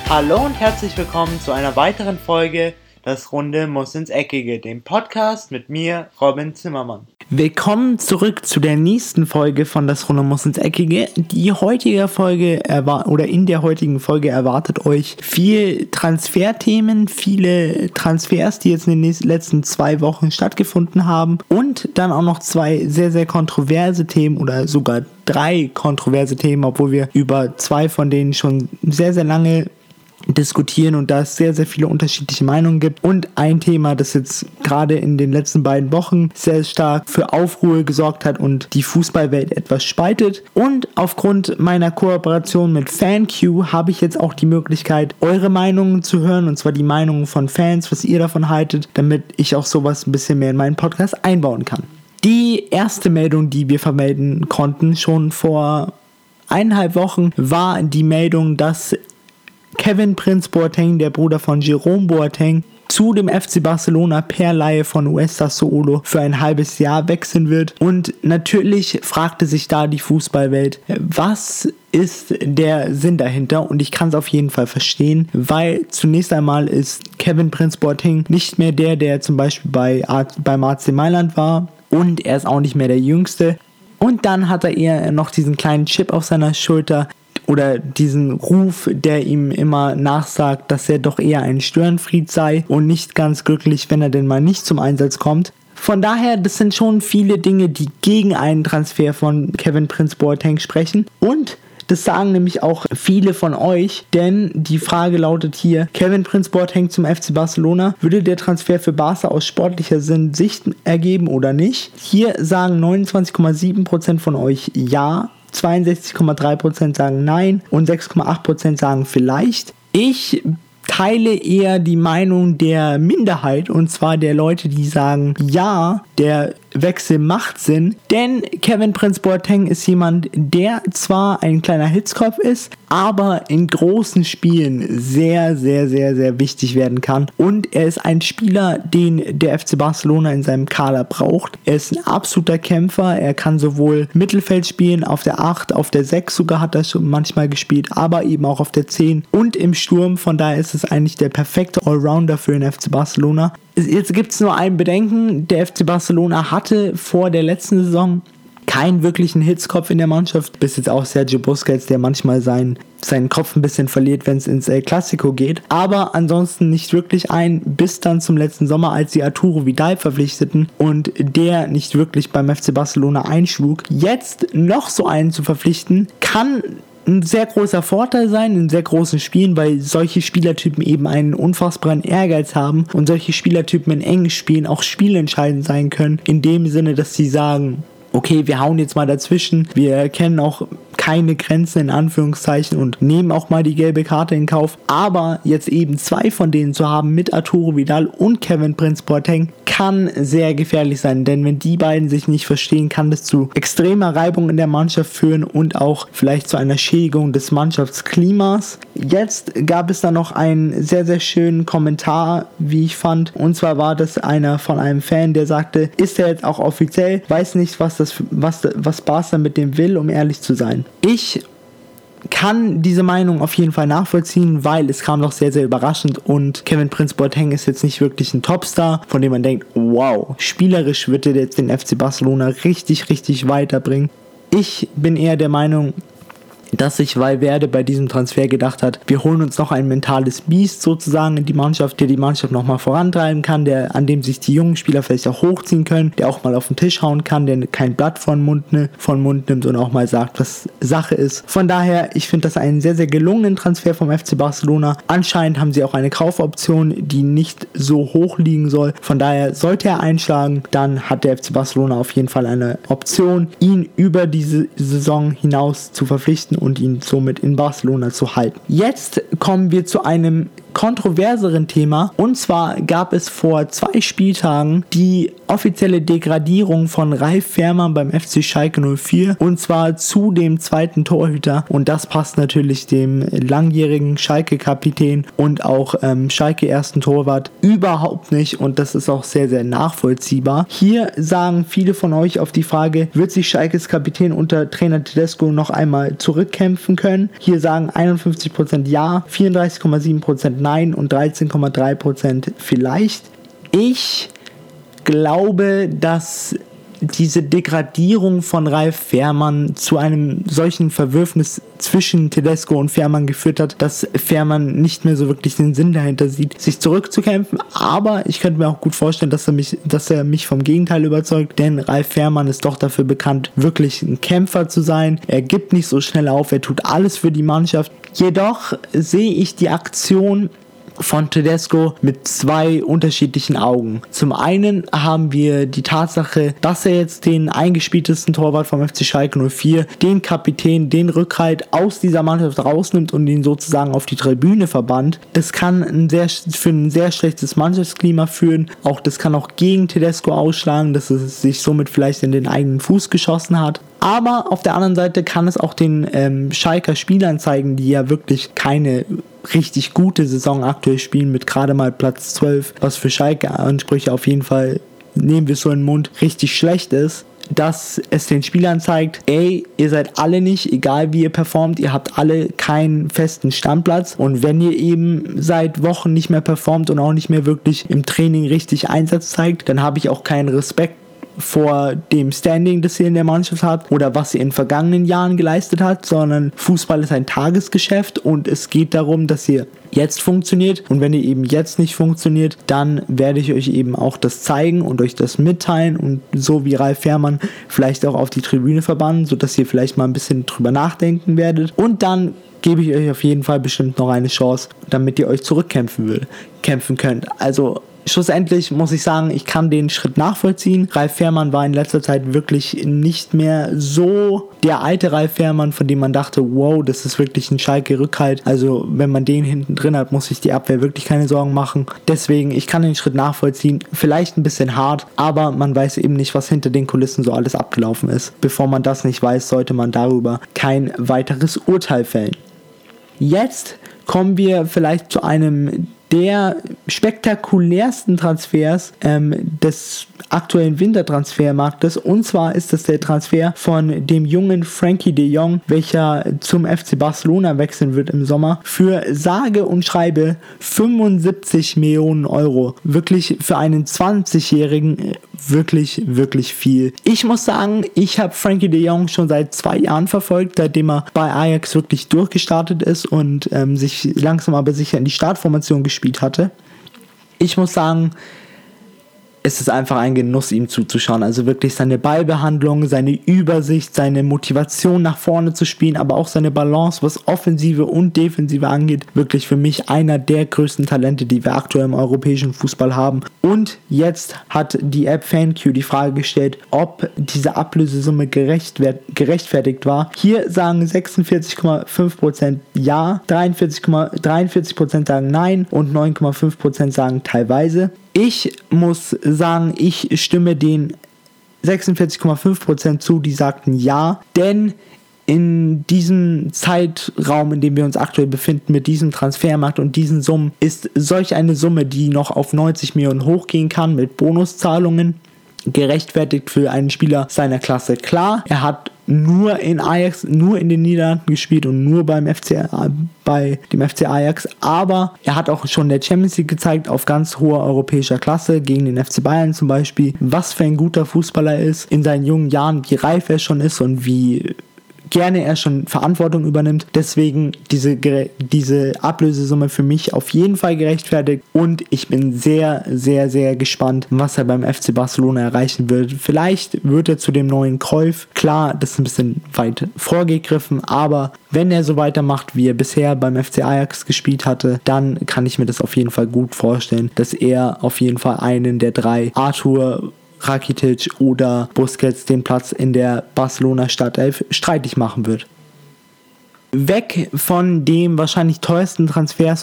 Hallo und herzlich willkommen zu einer weiteren Folge Das Runde muss ins Eckige, dem Podcast mit mir, Robin Zimmermann. Willkommen zurück zu der nächsten Folge von Das Runde muss ins Eckige. In der heutigen Folge erwartet euch viel Transferthemen, viele Transfers, die jetzt in den letzten 2 Wochen stattgefunden haben und dann auch noch 2 sehr, sehr kontroverse Themen oder sogar 3 kontroverse Themen, obwohl wir über 2 von denen schon sehr, sehr lange diskutieren und da es sehr, sehr viele unterschiedliche Meinungen gibt. Und ein Thema, das jetzt gerade in den letzten beiden Wochen sehr stark für Aufruhr gesorgt hat und die Fußballwelt etwas spaltet. Und aufgrund meiner Kooperation mit FanQ habe ich jetzt auch die Möglichkeit, eure Meinungen zu hören, und zwar die Meinungen von Fans, was ihr davon haltet, damit ich auch sowas ein bisschen mehr in meinen Podcast einbauen kann. Die erste Meldung, die wir vermelden konnten, schon vor 1,5 Wochen, war die Meldung, dass Kevin Prince Boateng, der Bruder von Jerome Boateng, zu dem FC Barcelona per Leihe von US Sassuolo für ein halbes Jahr wechseln wird. Und natürlich fragte sich da die Fußballwelt, was ist der Sinn dahinter? Und ich kann es auf jeden Fall verstehen, weil zunächst einmal ist Kevin Prince Boateng nicht mehr der zum Beispiel beim AC Mailand war, und er ist auch nicht mehr der Jüngste. Und dann hat er eher noch diesen kleinen Chip auf seiner Schulter, oder diesen Ruf, der ihm immer nachsagt, dass er doch eher ein Störenfried sei und nicht ganz glücklich, wenn er denn mal nicht zum Einsatz kommt. Von daher, das sind schon viele Dinge, die gegen einen Transfer von Kevin Prince Boateng sprechen. Und das sagen nämlich auch viele von euch, denn die Frage lautet hier: Kevin Prince Boateng zum FC Barcelona, würde der Transfer für Barca aus sportlicher Sicht ergeben oder nicht? Hier sagen 29,7% von euch ja, 62,3% sagen nein und 6,8% sagen vielleicht. Ich teile eher die Meinung der Minderheit, und zwar der Leute, die sagen, ja, der Wechsel macht Sinn, denn Kevin Prince Boateng ist jemand, der zwar ein kleiner Hitzkopf ist, aber in großen Spielen sehr, sehr, sehr, sehr wichtig werden kann, und er ist ein Spieler, den der FC Barcelona in seinem Kader braucht. Er ist ein absoluter Kämpfer, er kann sowohl Mittelfeld spielen, auf der 8, auf der 6 sogar hat er schon manchmal gespielt, aber eben auch auf der 10 und im Sturm. Von daher ist es eigentlich der perfekte Allrounder für den FC Barcelona. Jetzt gibt es nur ein Bedenken: Der FC Barcelona hatte vor der letzten Saison keinen wirklichen Hitzkopf in der Mannschaft, bis jetzt auch Sergio Busquets, der manchmal seinen Kopf ein bisschen verliert, wenn es ins El Clasico geht, aber ansonsten nicht wirklich bis dann zum letzten Sommer, als sie Arturo Vidal verpflichteten und der nicht wirklich beim FC Barcelona einschlug. Jetzt noch so einen zu verpflichten, kann ein sehr großer Vorteil sein in sehr großen Spielen, weil solche Spielertypen eben einen unfassbaren Ehrgeiz haben und solche Spielertypen in engen Spielen auch spielentscheidend sein können, in dem Sinne, dass sie sagen, okay, wir hauen jetzt mal dazwischen, wir erkennen auch keine Grenzen in Anführungszeichen und nehmen auch mal die gelbe Karte in Kauf, aber jetzt eben 2 von denen zu haben mit Arturo Vidal und Kevin Prince Boateng kann sehr gefährlich sein, denn wenn die beiden sich nicht verstehen, kann das zu extremer Reibung in der Mannschaft führen und auch vielleicht zu einer Schädigung des Mannschaftsklimas. Jetzt gab es da noch einen sehr, sehr schönen Kommentar, wie ich fand, und zwar war das einer von einem Fan, der sagte, ist er jetzt auch offiziell, weiß nicht, was Barca mit dem will, um ehrlich zu sein. Ich kann diese Meinung auf jeden Fall nachvollziehen, weil es kam doch sehr, sehr überraschend und Kevin Prince Boateng ist jetzt nicht wirklich ein Topstar, von dem man denkt, wow, spielerisch wird er jetzt den FC Barcelona richtig, richtig weiterbringen. Ich bin eher der Meinung, dass sich Valverde bei diesem Transfer gedacht hat, wir holen uns noch ein mentales Biest sozusagen in die Mannschaft, der die Mannschaft nochmal vorantreiben kann, an dem sich die jungen Spieler vielleicht auch hochziehen können, der auch mal auf den Tisch hauen kann, der kein Blatt von Mund nimmt und auch mal sagt, was Sache ist. Von daher, ich finde das einen sehr, sehr gelungenen Transfer vom FC Barcelona. Anscheinend haben sie auch eine Kaufoption, die nicht so hoch liegen soll. Von daher, sollte er einschlagen, dann hat der FC Barcelona auf jeden Fall eine Option, ihn über diese Saison hinaus zu verpflichten und ihn somit in Barcelona zu halten. Jetzt kommen wir zu einem kontroverseren Thema. Und zwar gab es vor 2 Spieltagen die offizielle Degradierung von Ralf Fährmann beim FC Schalke 04 und zwar zu dem zweiten Torhüter. Und das passt natürlich dem langjährigen Schalke-Kapitän und auch Schalke-ersten Torwart überhaupt nicht und das ist auch sehr, sehr nachvollziehbar. Hier sagen viele von euch auf die Frage, wird sich Schalkes Kapitän unter Trainer Tedesco noch einmal zurückkämpfen können? Hier sagen 51% ja, 34,7% nein und 13,3% vielleicht. Ich glaube, dass diese Degradierung von Ralf Fährmann zu einem solchen Verwürfnis zwischen Tedesco und Fährmann geführt hat, dass Fährmann nicht mehr so wirklich den Sinn dahinter sieht, sich zurückzukämpfen. Aber ich könnte mir auch gut vorstellen, dass er mich vom Gegenteil überzeugt, denn Ralf Fährmann ist doch dafür bekannt, wirklich ein Kämpfer zu sein. Er gibt nicht so schnell auf, er tut alles für die Mannschaft. Jedoch sehe ich die Aktion von Tedesco mit 2 unterschiedlichen Augen. Zum einen haben wir die Tatsache, dass er jetzt den eingespieltesten Torwart vom FC Schalke 04, den Kapitän, den Rückhalt aus dieser Mannschaft rausnimmt und ihn sozusagen auf die Tribüne verbannt. Das kann für ein sehr schlechtes Mannschaftsklima führen. Das kann auch gegen Tedesco ausschlagen, dass es sich somit vielleicht in den eigenen Fuß geschossen hat. Aber auf der anderen Seite kann es auch den Schalker Spielern zeigen, die ja wirklich keine richtig gute Saison aktuell spielen, mit gerade mal Platz 12, was für Schalke-Ansprüche auf jeden Fall, nehmen wir so in den Mund, richtig schlecht ist, dass es den Spielern zeigt, ey, ihr seid alle nicht, egal wie ihr performt, ihr habt alle keinen festen Stammplatz und wenn ihr eben seit Wochen nicht mehr performt und auch nicht mehr wirklich im Training richtig Einsatz zeigt, dann habe ich auch keinen Respekt vor dem Standing, das ihr in der Mannschaft habt oder was ihr in vergangenen Jahren geleistet habt, sondern Fußball ist ein Tagesgeschäft und es geht darum, dass ihr jetzt funktioniert und wenn ihr eben jetzt nicht funktioniert, dann werde ich euch eben auch das zeigen und euch das mitteilen und so wie Ralf Fährmann vielleicht auch auf die Tribüne verbannen, sodass ihr vielleicht mal ein bisschen drüber nachdenken werdet und dann gebe ich euch auf jeden Fall bestimmt noch eine Chance, damit ihr euch zurückkämpfen könnt. Also schlussendlich muss ich sagen, ich kann den Schritt nachvollziehen. Ralf Fährmann war in letzter Zeit wirklich nicht mehr so der alte Ralf Fährmann, von dem man dachte, wow, das ist wirklich ein Schalke-Rückhalt. Also wenn man den hinten drin hat, muss sich die Abwehr wirklich keine Sorgen machen. Deswegen, ich kann den Schritt nachvollziehen. Vielleicht ein bisschen hart, aber man weiß eben nicht, was hinter den Kulissen so alles abgelaufen ist. Bevor man das nicht weiß, sollte man darüber kein weiteres Urteil fällen. Jetzt kommen wir vielleicht zu einem der spektakulärsten Transfers des aktuellen Wintertransfermarktes und zwar ist das der Transfer von dem jungen Frankie de Jong, welcher zum FC Barcelona wechseln wird im Sommer für sage und schreibe 75 Millionen Euro. Wirklich für einen 20-Jährigen wirklich, wirklich viel. Ich muss sagen, ich habe Frankie de Jong schon seit 2 Jahren verfolgt, seitdem er bei Ajax wirklich durchgestartet ist und sich langsam aber sicher in die Startformation gespielt hatte. Ich muss sagen, es ist einfach ein Genuss, ihm zuzuschauen. Also wirklich seine Ballbehandlung, seine Übersicht, seine Motivation nach vorne zu spielen, aber auch seine Balance, was Offensive und Defensive angeht. Wirklich für mich einer der größten Talente, die wir aktuell im europäischen Fußball haben. Und jetzt hat die App FanQ die Frage gestellt, ob diese Ablösesumme gerechtfertigt war. Hier sagen 46,5% ja, 43% sagen nein und 9,5% sagen teilweise. Ich muss sagen, ich stimme den 46,5% zu, die sagten ja, denn in diesem Zeitraum, in dem wir uns aktuell befinden, mit diesem Transfermarkt und diesen Summen, ist solch eine Summe, die noch auf 90 Millionen hochgehen kann mit Bonuszahlungen, gerechtfertigt für einen Spieler seiner Klasse. Klar, er hat nur in Ajax, nur in den Niederlanden gespielt und nur bei dem FC Ajax, aber er hat auch schon in der Champions League gezeigt, auf ganz hoher europäischer Klasse, gegen den FC Bayern zum Beispiel, was für ein guter Fußballer er ist, in seinen jungen Jahren, wie reif er schon ist und wie gerne er schon Verantwortung übernimmt. Deswegen diese Ablösesumme für mich auf jeden Fall gerechtfertigt und ich bin sehr, sehr, sehr gespannt, was er beim FC Barcelona erreichen wird. Vielleicht wird er zu dem neuen Cruyff. Klar, das ist ein bisschen weit vorgegriffen, aber wenn er so weitermacht, wie er bisher beim FC Ajax gespielt hatte, dann kann ich mir das auf jeden Fall gut vorstellen, dass er auf jeden Fall einen der 3, Arthur, Rakitic oder Busquets, den Platz in der Barcelona Startelf streitig machen wird. weg von dem wahrscheinlich teuersten Transfer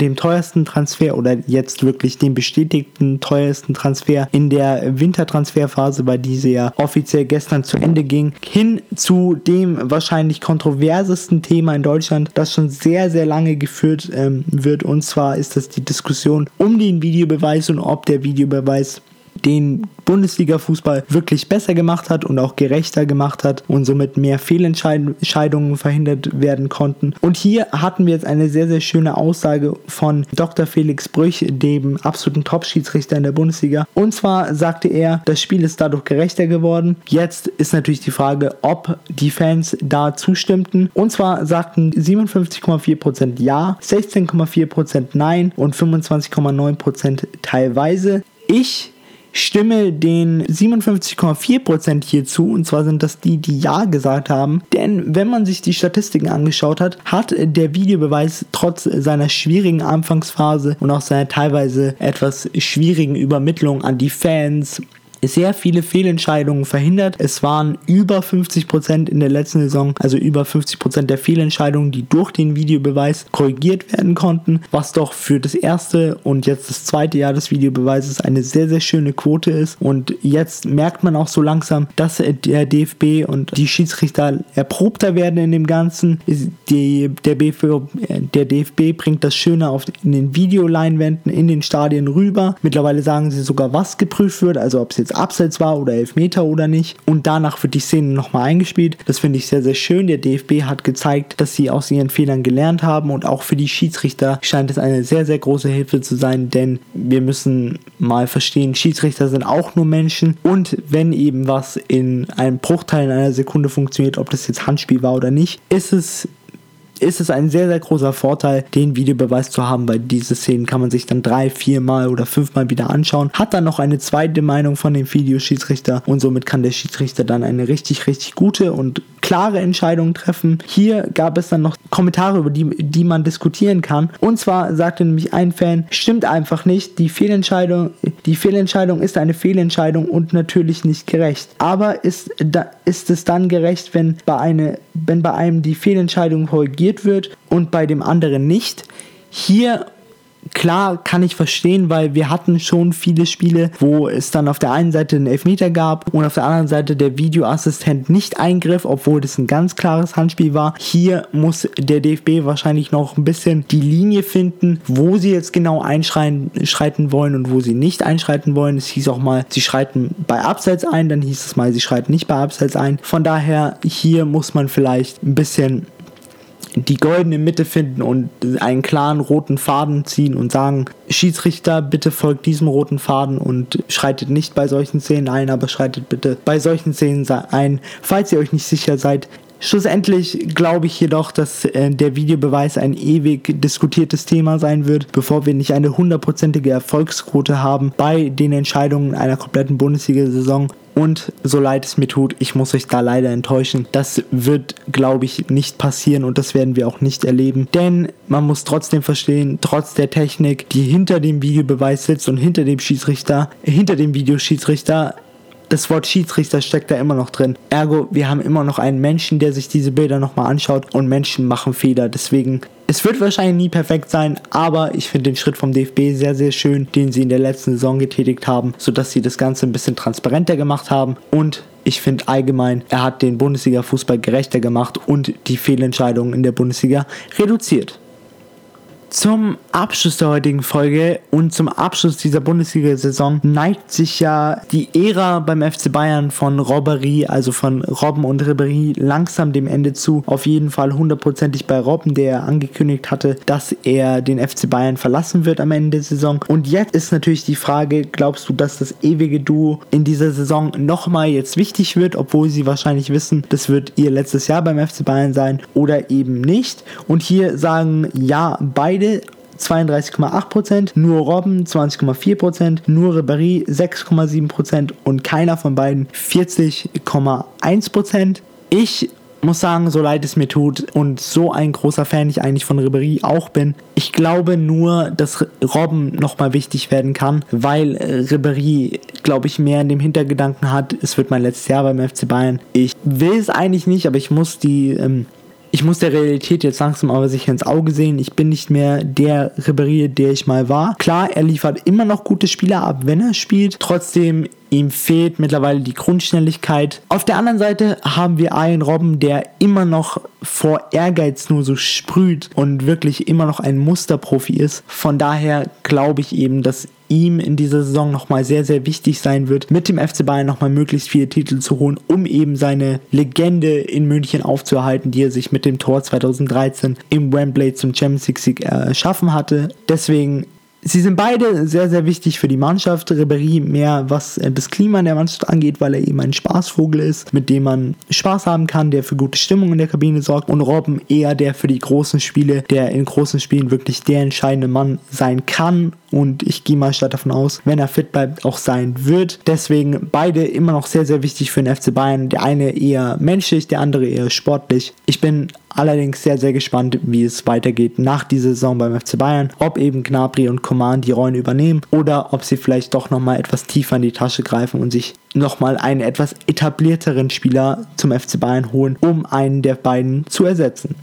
oder jetzt wirklich dem bestätigten teuersten Transfer in der Wintertransferphase, weil diese ja offiziell gestern zu Ende ging, hin zu dem wahrscheinlich kontroversesten Thema in Deutschland, das schon sehr, sehr lange geführt wird, und zwar ist das die Diskussion um den Videobeweis und ob der Videobeweis den Bundesliga-Fußball wirklich besser gemacht hat und auch gerechter gemacht hat und somit mehr Fehlentscheidungen verhindert werden konnten. Und hier hatten wir jetzt eine sehr, sehr schöne Aussage von Dr. Felix Brüch, dem absoluten Top-Schiedsrichter in der Bundesliga. Und zwar sagte er, das Spiel ist dadurch gerechter geworden. Jetzt ist natürlich die Frage, ob die Fans da zustimmten. Und zwar sagten 57,4% ja, 16,4% nein und 25,9% teilweise. Ich stimme den 57,4% hier zu, und zwar sind das die Ja gesagt haben, denn wenn man sich die Statistiken angeschaut hat, hat der Videobeweis trotz seiner schwierigen Anfangsphase und auch seiner teilweise etwas schwierigen Übermittlung an die Fans sehr viele Fehlentscheidungen verhindert. Es waren über 50% in der letzten Saison, also über 50% der Fehlentscheidungen, die durch den Videobeweis korrigiert werden konnten, was doch für das erste und jetzt das zweite Jahr des Videobeweises eine sehr, sehr schöne Quote ist. Und jetzt merkt man auch so langsam, dass der DFB und die Schiedsrichter erprobter werden in dem Ganzen. Der DFB bringt das Schöne in den Videoleinwänden, in den Stadien rüber. Mittlerweile sagen sie sogar, was geprüft wird, also ob es jetzt Abseits war oder Elfmeter oder nicht. Und danach wird die Szene nochmal eingespielt. Das finde ich sehr, sehr schön. Der DFB hat gezeigt, dass sie aus ihren Fehlern gelernt haben, und auch für die Schiedsrichter scheint es eine sehr, sehr große Hilfe zu sein, denn wir müssen mal verstehen, Schiedsrichter sind auch nur Menschen, und wenn eben was in einem Bruchteil in einer Sekunde funktioniert, ob das jetzt Handspiel war oder nicht, ist es ein sehr, sehr großer Vorteil, den Videobeweis zu haben, weil diese Szenen kann man sich dann 3-4 Mal oder 5 Mal wieder anschauen, hat dann noch eine zweite Meinung von dem Videoschiedsrichter, und somit kann der Schiedsrichter dann eine richtig, richtig gute und klare Entscheidung treffen. Hier gab es dann noch Kommentare, über die man diskutieren kann, und zwar sagte nämlich ein Fan, stimmt einfach nicht, die Fehlentscheidung ist eine Fehlentscheidung und natürlich nicht gerecht. Aber ist es dann gerecht, wenn bei einem die Fehlentscheidung korrigiert wird und bei dem anderen nicht? Hier, klar, kann ich verstehen, weil wir hatten schon viele Spiele, wo es dann auf der einen Seite einen Elfmeter gab und auf der anderen Seite der Videoassistent nicht eingriff, obwohl das ein ganz klares Handspiel war. Hier muss der DFB wahrscheinlich noch ein bisschen die Linie finden, wo sie jetzt genau einschreiten wollen und wo sie nicht einschreiten wollen. Es hieß auch mal, sie schreiten bei Abseits ein, dann hieß es mal, sie schreiten nicht bei Abseits ein. Von daher, hier muss man vielleicht ein bisschen die goldene Mitte finden und einen klaren roten Faden ziehen und sagen, Schiedsrichter, bitte folgt diesem roten Faden und schreitet nicht bei solchen Szenen ein, aber schreitet bitte bei solchen Szenen ein, falls ihr euch nicht sicher seid. Schlussendlich glaube ich jedoch, dass der Videobeweis ein ewig diskutiertes Thema sein wird, bevor wir nicht eine 100%ige Erfolgsquote haben bei den Entscheidungen einer kompletten Bundesliga-Saison. Und so leid es mir tut, ich muss euch da leider enttäuschen. Das wird, glaube ich, nicht passieren, und das werden wir auch nicht erleben. Denn man muss trotzdem verstehen, trotz der Technik, die hinter dem Videobeweis sitzt und hinter dem Videoschiedsrichter, das Wort Schiedsrichter steckt da immer noch drin. Ergo, wir haben immer noch einen Menschen, der sich diese Bilder nochmal anschaut, und Menschen machen Fehler. Deswegen, es wird wahrscheinlich nie perfekt sein, aber ich finde den Schritt vom DFB sehr, sehr schön, den sie in der letzten Saison getätigt haben, sodass sie das Ganze ein bisschen transparenter gemacht haben, und ich finde allgemein, er hat den Bundesliga-Fußball gerechter gemacht und die Fehlentscheidungen in der Bundesliga reduziert. Zum Abschluss der heutigen Folge und zum Abschluss dieser Bundesliga-Saison neigt sich ja die Ära beim FC Bayern von Ribéry, also von Robben und Ribéry, langsam dem Ende zu. Auf jeden Fall 100%ig bei Robben, der angekündigt hatte, dass er den FC Bayern verlassen wird am Ende der Saison. Und jetzt ist natürlich die Frage, glaubst du, dass das ewige Duo in dieser Saison nochmal jetzt wichtig wird, obwohl sie wahrscheinlich wissen, das wird ihr letztes Jahr beim FC Bayern sein, oder eben nicht? Und hier sagen ja beide 32,8%, nur Robben 20,4%, nur Ribéry 6,7% und keiner von beiden 40,1%. Ich muss sagen, so leid es mir tut und so ein großer Fan ich eigentlich von Ribéry auch bin, ich glaube nur, dass Robben nochmal wichtig werden kann, weil Ribéry, glaube ich, mehr in dem Hintergedanken hat, es wird mein letztes Jahr beim FC Bayern. Ich will es eigentlich nicht, aber ich muss die Ich muss der Realität jetzt langsam aber sicher ins Auge sehen. Ich bin nicht mehr der Ribéry, der ich mal war. Klar, er liefert immer noch gute Spieler ab, wenn er spielt. Trotzdem, ihm fehlt mittlerweile die Grundschnelligkeit. Auf der anderen Seite haben wir Arjen Robben, der immer noch vor Ehrgeiz nur so sprüht und wirklich immer noch ein Musterprofi ist. Von daher glaube ich eben, dass ihm in dieser Saison nochmal sehr, sehr wichtig sein wird, mit dem FC Bayern nochmal möglichst viele Titel zu holen, um eben seine Legende in München aufzuerhalten, die er sich mit dem Tor 2013 im Wembley zum Champions League Sieg erschaffen hatte. Deswegen, sie sind beide sehr, sehr wichtig für die Mannschaft. Ribéry mehr, was das Klima in der Mannschaft angeht, weil er eben ein Spaßvogel ist, mit dem man Spaß haben kann, der für gute Stimmung in der Kabine sorgt. Und Robben eher der für die großen Spiele, der in großen Spielen wirklich der entscheidende Mann sein kann. Und ich gehe mal stark davon aus, wenn er fit bleibt, auch sein wird. Deswegen beide immer noch sehr, sehr wichtig für den FC Bayern. Der eine eher menschlich, der andere eher sportlich. Ich bin allerdings sehr, sehr gespannt, wie es weitergeht nach dieser Saison beim FC Bayern. Ob eben Gnabry und Coman die Rollen übernehmen oder ob sie vielleicht doch nochmal etwas tiefer in die Tasche greifen und sich nochmal einen etwas etablierteren Spieler zum FC Bayern holen, um einen der beiden zu ersetzen.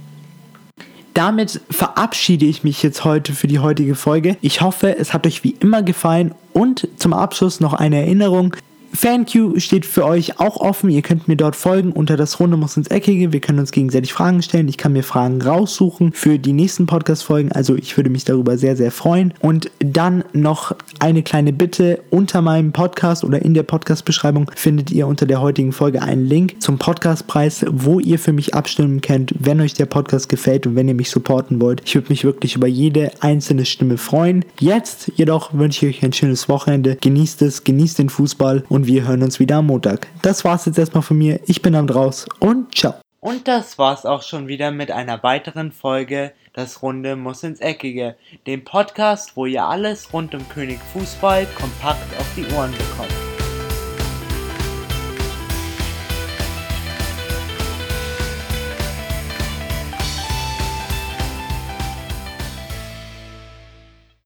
Damit verabschiede ich mich jetzt heute für die heutige Folge. Ich hoffe, es hat euch wie immer gefallen und zum Abschluss noch eine Erinnerung. FanQ steht für euch auch offen. Ihr könnt mir dort folgen unter das Runde muss ins Eckige. Wir können uns gegenseitig Fragen stellen. Ich kann mir Fragen raussuchen für die nächsten Podcast-Folgen. Also ich würde mich darüber sehr, sehr freuen. Und dann noch eine kleine Bitte. Unter meinem Podcast oder in der Podcast-Beschreibung findet ihr unter der heutigen Folge einen Link zum Podcastpreis, wo ihr für mich abstimmen könnt, wenn euch der Podcast gefällt und wenn ihr mich supporten wollt. Ich würde mich wirklich über jede einzelne Stimme freuen. Jetzt jedoch wünsche ich euch ein schönes Wochenende. Genießt es, genießt den Fußball und wir hören uns wieder am Montag. Das war's jetzt erstmal von mir. Ich bin am Draus und ciao. Und das war's auch schon wieder mit einer weiteren Folge Das Runde muss ins Eckige, dem Podcast, wo ihr alles rund um König Fußball kompakt auf die Ohren bekommt.